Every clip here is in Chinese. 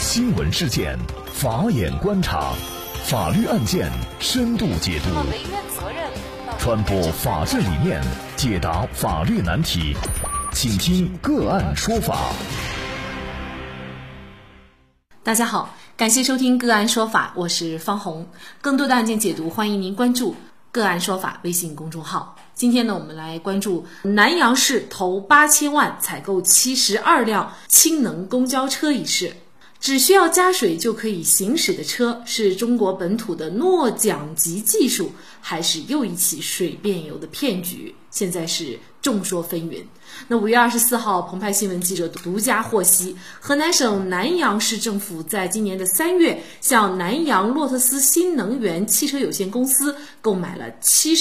新闻事件，法眼观察，法律案件深度解读，传播法治理念，解答法律难题，请听个案说法。 大家好，感谢收听个案说法，我是方红。更多的案件解读，欢迎您关注个案说法微信公众号。今天呢，我们来关注南阳市投8000万采购72辆氢能公交车一事。只需要加水就可以行驶的车，是中国本土的诺奖级技术，还是又一起水变油的骗局？现在是众说纷纭。那5月24号，澎湃新闻记者独家获悉，河南省南阳市政府在今年的3月，向南阳洛特斯新能源汽车有限公司购买了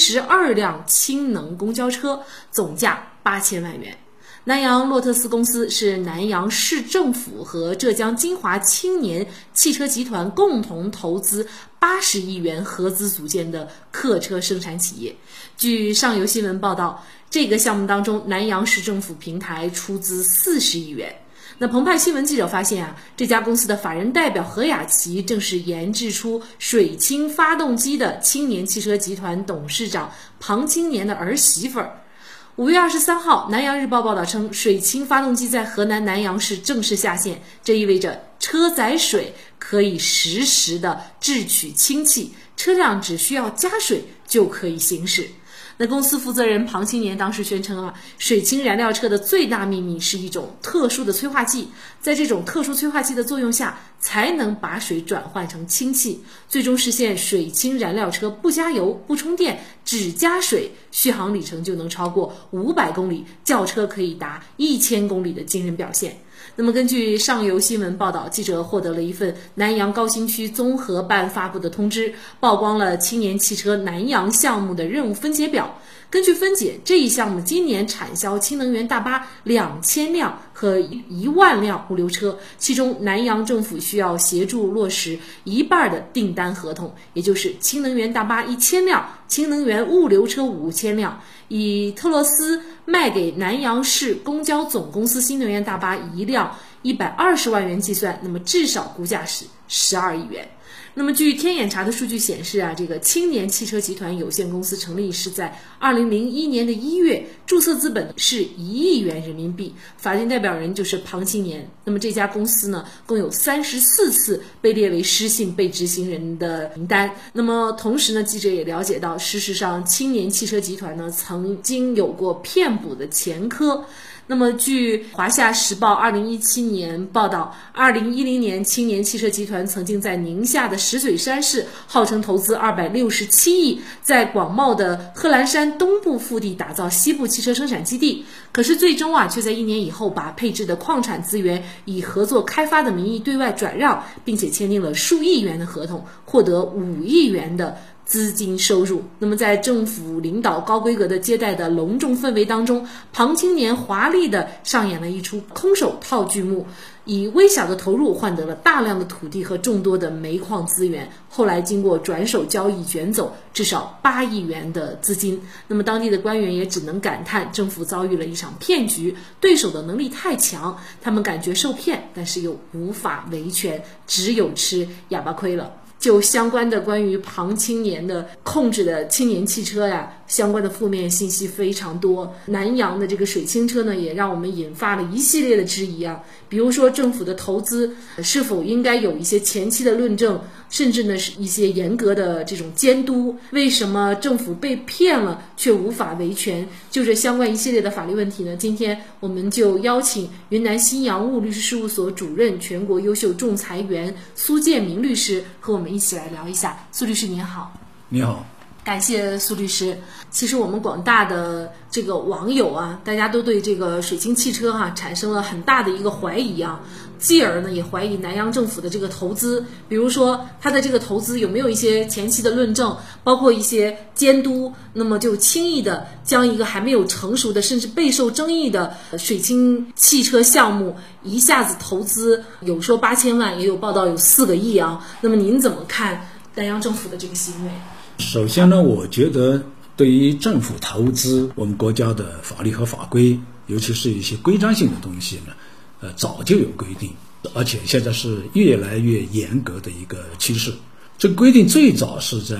72辆氢能公交车，总价8000万元。南阳洛特斯公司是南阳市政府和浙江金华青年汽车集团共同投资80亿元合资组建的客车生产企业。据上游新闻报道，这个项目当中，南阳市政府平台出资40亿元。那澎湃新闻记者发现这家公司的法人代表何雅琪正是研制出水氢发动机的青年汽车集团董事长庞青年的儿媳妇儿。5月23号，南阳日报报道称，水氢发动机在河南南阳市正式下线，这意味着车载水可以实时的制取氢气，车辆只需要加水就可以行驶。那公司负责人庞青年当时宣称水氢燃料车的最大秘密是一种特殊的催化剂，在这种特殊催化剂的作用下，才能把水转换成氢气，最终实现水氢燃料车不加油、不充电，只加水，续航里程就能超过500公里，轿车可以达1000公里的惊人表现。那么根据上游新闻报道，记者获得了一份南阳高新区综合办发布的通知，曝光了青年汽车南阳项目的任务分解表。根据分解，这一项目今年产销氢能源大巴2000辆和1万辆物流车，其中南阳政府需要协助落实一半的订单合同，也就是氢能源大巴1000辆，氢能源物流车5000辆。以特洛斯卖给南阳市公交总公司新能源大巴一辆120万元计算，那么至少估价是12亿元。那么据天眼查的数据显示这个青年汽车集团有限公司成立是在2001年的1月，注册资本是1亿元人民币，法定代表人就是庞青年。那么这家公司呢，共有34次被列为失信被执行人的名单。那么同时呢，记者也了解到，事实上青年汽车集团呢曾经有过骗补的前科。那么据华夏时报2017年报道，2010年青年汽车集团曾经在宁夏的石嘴山市号称投资267亿，在广袤的贺兰山东部腹地打造西部汽车生产基地，可是最终却在1年以后把配置的矿产资源以合作开发的名义对外转让，并且签订了数亿元的合同，获得5亿元的资金收入。那么在政府领导高规格的接待的隆重氛围当中，庞青年华丽的上演了一出空手套剧目，以微小的投入换得了大量的土地和众多的煤矿资源，后来经过转手交易卷走至少8亿元的资金。那么当地的官员也只能感叹，政府遭遇了一场骗局，对手的能力太强，他们感觉受骗，但是又无法维权，只有吃哑巴亏了。就相关的关于庞青年的控制的青年汽车相关的负面信息非常多。南阳的这个水氢车呢，也让我们引发了一系列的质疑比如说政府的投资是否应该有一些前期的论证，甚至呢是一些严格的这种监督，为什么政府被骗了却无法维权？就这相关一系列的法律问题呢，今天我们就邀请云南新阳务律师事务所主任、全国优秀仲裁员苏建明律师和我们一起来聊一下。苏律师您好。 你好， 感谢苏律师。其实我们广大的这个网友大家都对这个水氢汽车产生了很大的一个怀疑继而呢也怀疑南阳政府的这个投资，比如说他的这个投资有没有一些前期的论证，包括一些监督，那么就轻易的将一个还没有成熟的甚至备受争议的水氢汽车项目一下子投资，有说8000万，也有报道有4个亿那么您怎么看南阳政府的这个行为？ 首先呢，我觉得对于政府投资，我们国家的法律和法规，尤其是一些规章性的东西呢， 早就有规定，而且现在是越来越严格的一个趋势。这个规定最早是在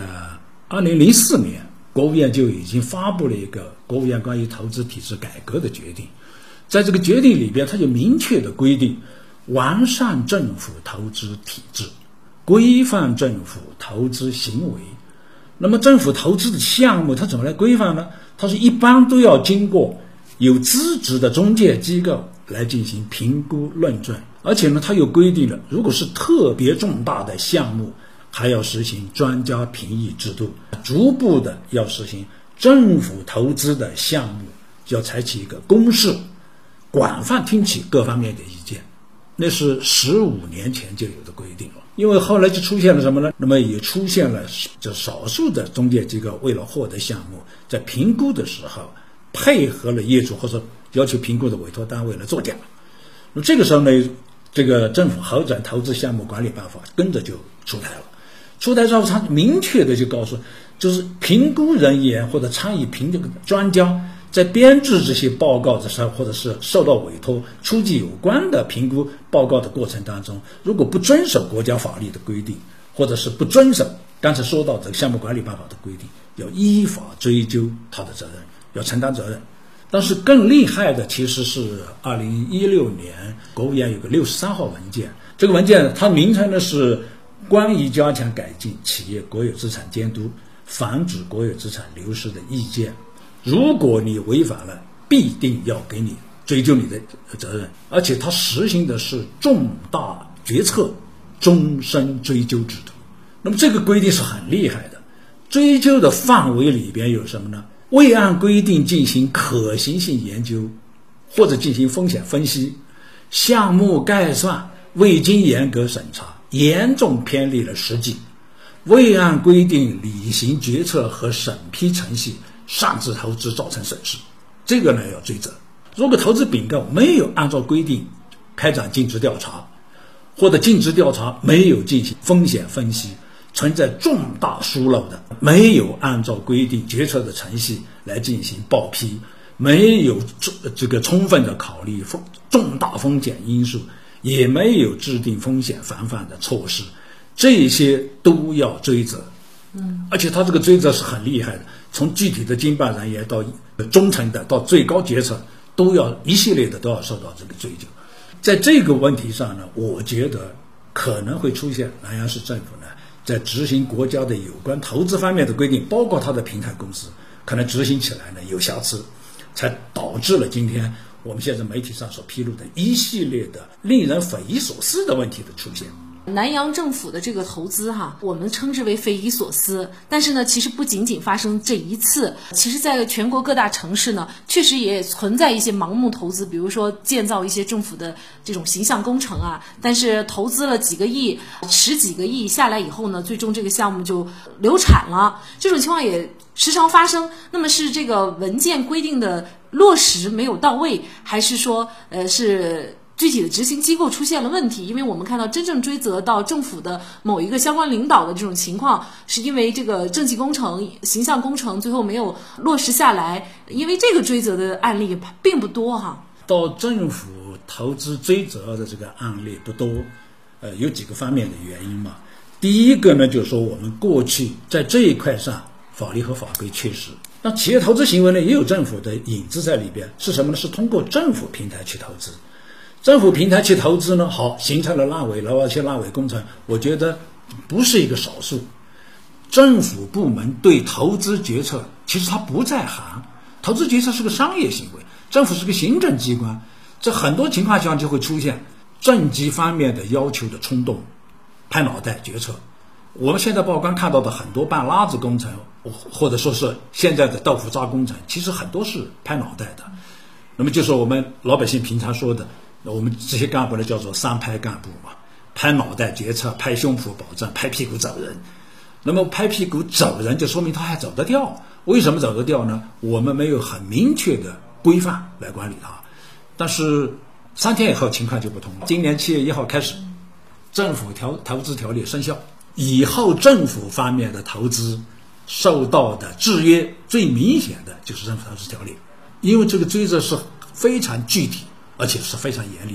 2004年，国务院就已经发布了一个国务院关于投资体制改革的决定。在这个决定里边，它就明确的规定完善政府投资体制，规范政府投资行为。那么政府投资的项目它怎么来规范呢？它是一般都要经过有资质的中介机构来进行评估论证，而且呢，它又规定了，如果是特别重大的项目，还要实行专家评议制度，逐步的要实行政府投资的项目要采取一个公示，广泛听取各方面的意见。那是15年前就有的规定了。因为后来就出现了什么呢？那么也出现了就少数的中介机构为了获得项目，在评估的时候配合了业主或者要求评估的委托单位来作假。那么这个时候呢，这个政府核准投资项目管理办法跟着就出台了。出台之后，他明确的就告诉，就是评估人员或者参与评这个专家在编制这些报告的时候，或者是受到委托出具有关的评估报告的过程当中，如果不遵守国家法律的规定，或者是不遵守刚才说到这个项目管理办法的规定，要依法追究他的责任，要承担责任。但是更厉害的其实是2016年国务院有个63号文件，这个文件它名称呢是关于加强改进企业国有资产监督，防止国有资产流失的意见。如果你违反了，必定要给你追究你的责任，而且它实行的是重大决策终身追究制度。那么这个规定是很厉害的，追究的范围里边有什么呢？未按规定进行可行性研究或者进行风险分析，项目概算未经严格审查，严重偏离了实际，未按规定履行决策和审批程序，擅自投资造成损失，这个呢要追责。如果投资并购没有按照规定开展尽职调查，或者尽职调查没有进行风险分析，存在重大疏漏的，没有按照规定决策的程序来进行报批，没有这个充分的考虑重大风险因素，也没有制定风险防范的措施，这些都要追责。而且他这个追责是很厉害的，从具体的经办人员到中层的到最高决策，都要一系列的都要受到这个追究。在这个问题上呢，我觉得可能会出现南阳市政府呢在执行国家的有关投资方面的规定，包括它的平台公司，可能执行起来呢有瑕疵，才导致了今天我们现在媒体上所披露的一系列的令人匪夷所思的问题的出现。 南阳政府的这个投资我们称之为匪夷所思，但是呢，其实不仅仅发生这一次，其实在全国各大城市呢，确实也存在一些盲目投资，比如说建造一些政府的这种形象工程但是投资了几个亿、10几个亿下来以后呢，最终这个项目就流产了，这种情况也时常发生。那么是这个文件规定的落实没有到位，还是说是具体的执行机构出现了问题？因为我们看到真正追责到政府的某一个相关领导的这种情况，是因为这个政绩工程、形象工程最后没有落实下来，因为这个追责的案例并不多到政府投资追责的这个案例不多，有几个方面的原因嘛。第一个呢，就是说我们过去在这一块上法律和法规缺失。那企业投资行为呢，也有政府的影子在里边，是什么呢？是通过政府平台去投资。政府平台去投资呢，好，形成了烂尾楼，而且烂尾工程，我觉得不是一个少数。政府部门对投资决策其实它不在行，投资决策是个商业行为，政府是个行政机关，在很多情况下就会出现政绩方面的要求的冲动、拍脑袋决策。我们现在报刊看到的很多半拉子工程，或者说是现在的豆腐渣工程，其实很多是拍脑袋的。那么就是我们老百姓平常说的，我们这些干部呢叫做三拍干部嘛，拍脑袋决策，拍胸脯保证，拍屁股走人。那么拍屁股走人就说明他还走得掉，为什么走得掉呢？我们没有很明确的规范来管理它。但是3天以后情况就不同了，今年7月1号开始，政府投资条例生效以后，政府方面的投资受到的制约最明显的就是政府投资条例，因为这个追责是非常具体而且是非常严厉的，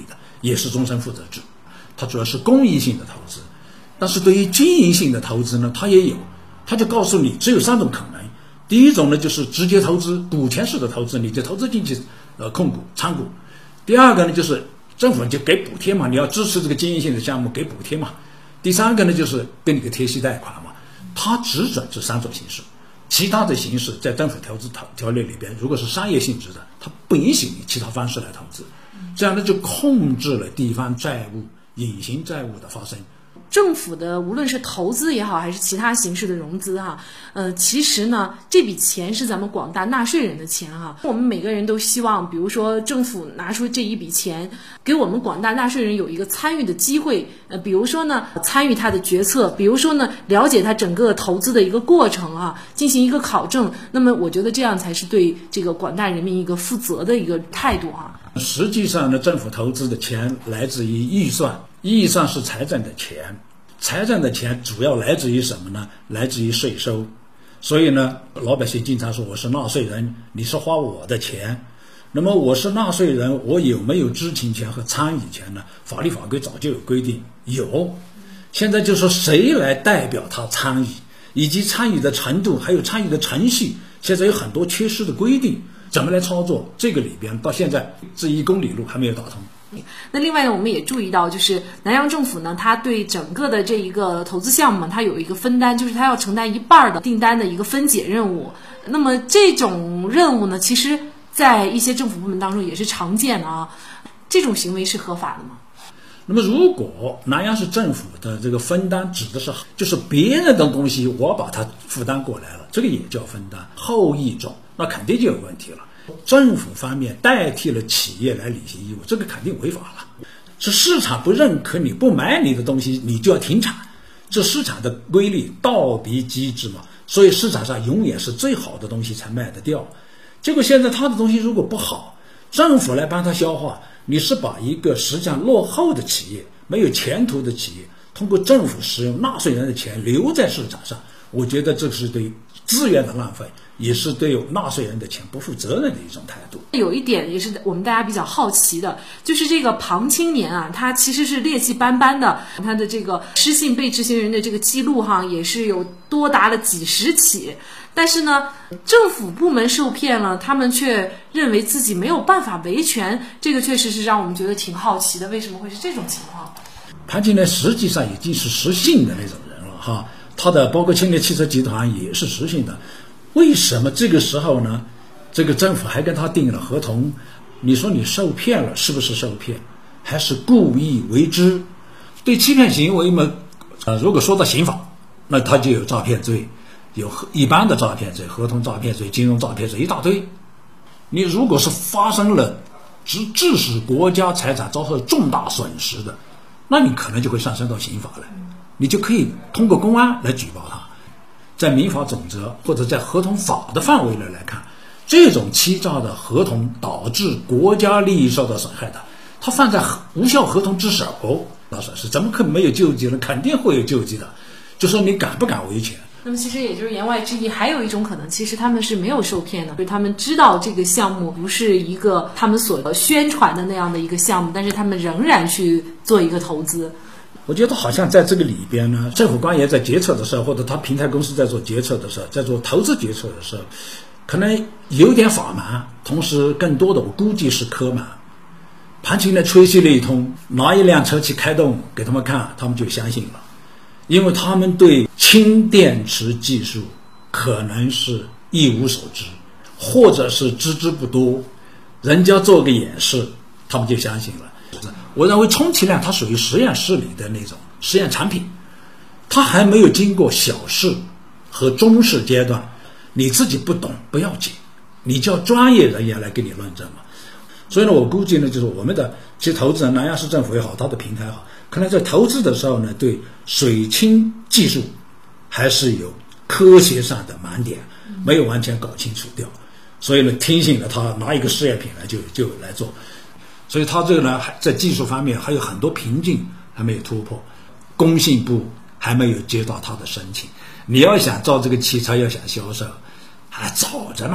也是终身负责制，它主要是公益性的投资。但是对于经营性的投资呢，它也有，它就告诉你只有3种可能。第一种呢，就是直接投资，股权式的投资，你就投资进去控股参股。第二个呢，就是政府就给补贴嘛，你要支持这个经营性的项目给补贴嘛。第三个呢，就是给你个贴息贷款嘛。它只准这3种形式，其他的形式在政府投资条例里边，如果是商业性质的，它不允许你其他方式来投资，这样呢就控制了地方债务、隐形债务的发生。 政府的无论是投资也好，还是其他形式的融资其实呢，这笔钱是咱们广大纳税人的钱我们每个人都希望，比如说政府拿出这一笔钱，给我们广大纳税人有一个参与的机会，比如说呢，参与他的决策，比如说呢，了解他整个投资的一个过程进行一个考证。那么我觉得这样才是对这个广大人民一个负责的一个态度实际上呢，政府投资的钱来自于预算，预算是财政的钱，财政的钱主要来自于什么呢？来自于税收。所以呢，老百姓经常说我是纳税人，你是花我的钱。那么我是纳税人，我有没有知情权和参与权呢？法律法规早就有规定，有。现在就说谁来代表他参与，以及参与的程度，还有参与的程序，现在有很多缺失的规定，怎么来操作？这个里边到现在这1公里路还没有打通。 那另外呢，我们也注意到，就是南阳政府呢，它对整个的这一个投资项目，它有一个分担，就是它要承担1半的订单的一个分解任务。那么这种任务呢，其实在一些政府部门当中也是常见的这种行为是合法的吗？ 那么如果南阳市政府的这个分担指的是就是别人的东西我把它负担过来了，这个也叫分担，后一种那肯定就有问题了。政府方面代替了企业来履行义务，这个肯定违法了。是市场不认可你，不买你的东西，你就要停产。这市场的规律，倒逼机制嘛。所以市场上永远是最好的东西才卖得掉。结果现在他的东西如果不好，政府来帮他消化，你是把一个实际上落后的企业、没有前途的企业，通过政府使用纳税人的钱留在市场上，我觉得这是对资源的浪费，也是对纳税人的钱不负责任的一种态度。 有一点也是我们大家比较好奇的，就是这个庞青年他其实是劣迹斑斑的，他的这个失信被执行人的这个记录也是有多达了几10起。但是呢，政府部门受骗了，他们却认为自己没有办法维权，这个确实是让我们觉得挺好奇的，为什么会是这种情况？ 庞青年实际上已经是实信的那种人了他的包括青年汽车集团也是实信的。为什么这个时候呢，这个政府还跟他订了合同？你说你受骗了，是不是受骗，还是故意为之？对欺骗行为嘛，如果说到刑法，那他就有诈骗罪，有一般的诈骗罪、合同诈骗罪、金融诈骗罪一大堆。你如果是发生了致使国家财产遭受重大损失的，那你可能就会上升到刑法来，你就可以通过公安来举报他。在民法总则或者在合同法的范围内来看，这种欺诈的合同导致国家利益受到损害的，他犯在无效合同之首，那是怎么可能没有救济呢？肯定会有救济的，就说你敢不敢维权。 那么其实也就是言外之意，还有一种可能，其实他们是没有受骗的，就是他们知道这个项目不是一个他们所宣传的那样的一个项目，但是他们仍然去做一个投资。 我觉得好像在这个里边呢，政府官员在决策的时候，或者他平台公司在做决策的时候，在做投资决策的时候，可能有点法盲，同时更多的我估计是科盲。庞青年吹嘘了一通，拿一辆车去开动给他们看，他们就相信了，因为他们对氢电池技术可能是一无所知，或者是知之不多，人家做个演示，他们就相信了。我认为充其量它属于实验室里的那种实验产品，它还没有经过小试和中试阶段，你自己不懂不要紧，你叫专业人员来给你论证嘛。所以呢，我估计呢，就是我们的其实投资人，南阳市政府也好，它的平台也好，可能在投资的时候呢，对水氢技术还是有科学上的盲点，没有完全搞清楚掉，所以呢，听信了他拿一个试验品来就来做。所以他这个呢，还在技术方面还有很多瓶颈还没有突破，工信部还没有接到他的申请。你要想造这个汽车，要想销售，还早着呢，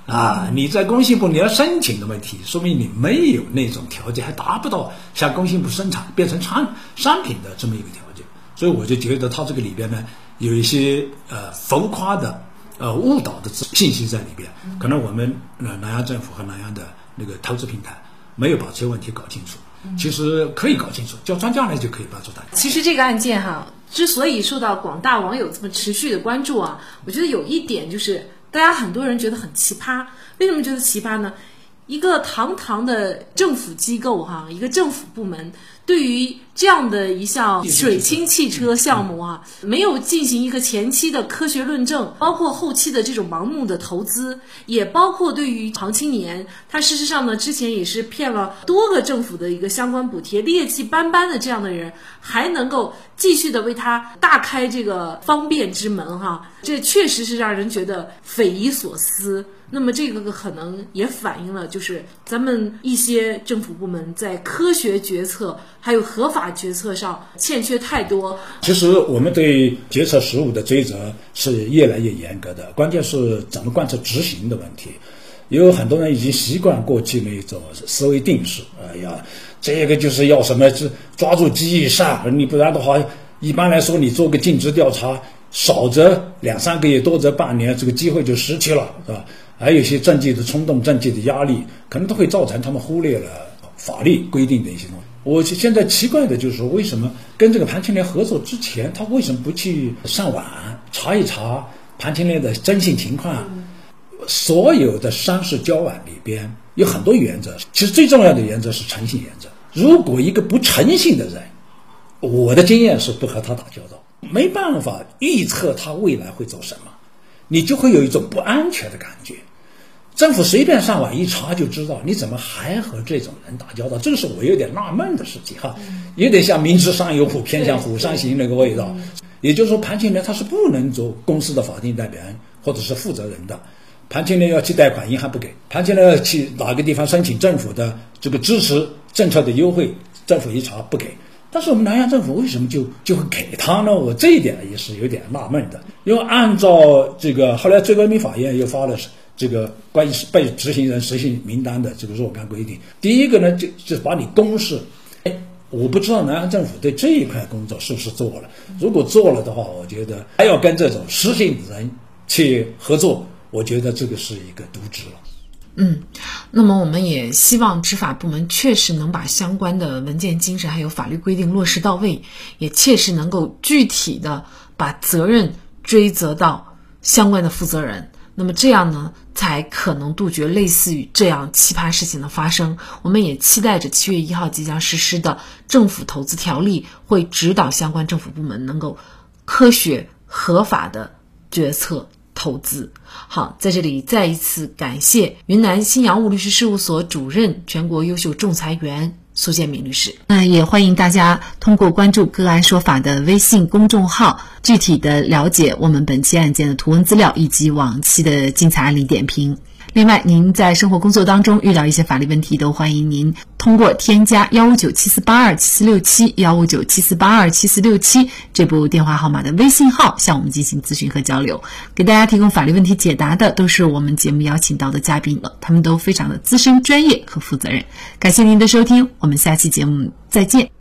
你在工信部你要申请的问题，说明你没有那种条件，还达不到向工信部生产变成商品的这么一个条件。所以我就觉得它这个里边呢有一些浮夸的误导的信息在里边，可能我们南洋政府和南洋的那个投资平台没有把这些问题搞清楚。其实可以搞清楚，叫专家来就可以帮助大家。 其实这个案件之所以受到广大网友这么持续的关注我觉得有一点就是大家很多人觉得很奇葩。为什么觉得奇葩呢？一个堂堂的政府机构一个政府部门，对于这样的一项水氢汽车项目没有进行一个前期的科学论证，包括后期的这种盲目的投资，也包括对于唐青年，他事实上呢之前也是骗了多个政府的一个相关补贴，劣迹斑斑的这样的人还能够继续的为他大开这个方便之门这确实是让人觉得匪夷所思。那么这个可能也反映了就是咱们一些政府部门在科学决策还有合法决策上欠缺太多。 其实我们对决策实务的追责是越来越严格的，关键是怎么贯彻执行的问题。有很多人已经习惯过去那种思维定式，这个就是要什么抓住机遇上，你不然的话一般来说你做个尽职调查，少则2-3个月，多则半年，这个机会就失去了，是吧？还有一些政绩的冲动、政绩的压力，可能都会造成他们忽略了法律规定的一些东西。我现在奇怪的就是说，为什么跟这个潘青莲合作之前，他为什么不去上网查一查潘青莲的征信情况？所有的商事交往里边有很多原则，其实最重要的原则是诚信原则。如果一个不诚信的人，我的经验是不和他打交道，没办法预测他未来会做什么，你就会有一种不安全的感觉。政府随便上网一查就知道，你怎么还和这种人打交道？这个是我有点纳闷的事情有点像明知山有虎，偏向虎山行那个味道。也就是说，潘青莲他是不能做公司的法定代表人或者是负责人的。潘青莲要去贷款，银行不给；潘青莲要去哪个地方申请政府的这个支持政策的优惠，政府一查不给。但是我们南洋政府为什么就会给他呢？我这一点也是有点纳闷的。因为按照这个后来最高人民法院又发了这个关于被执行人实行名单的这个若干规定。第一个呢，就是把你公示。我不知道南洋政府对这一块工作是不是做了。如果做了的话，我觉得还要跟这种失信人去合作，我觉得这个是一个渎职了。 那么我们也希望执法部门确实能把相关的文件精神还有法律规定落实到位，也切实能够具体的把责任追责到相关的负责人。那么这样呢，才可能杜绝类似于这样奇葩事情的发生。我们也期待着7月1号即将实施的政府投资条例会指导相关政府部门能够科学合法的决策投资。好，在这里再一次感谢云南新阳物律师事务所主任、全国优秀仲裁员苏建敏律师。也欢迎大家通过关注个案说法的微信公众号，具体的了解我们本期案件的图文资料以及往期的精彩案例点评。另外，您在生活工作当中遇到一些法律问题，都欢迎您通过添加15974827467 15974827467这部电话号码的微信号向我们进行咨询和交流。给大家提供法律问题解答的都是我们节目邀请到的嘉宾了，他们都非常的资深、专业和负责任。感谢您的收听，我们下期节目再见。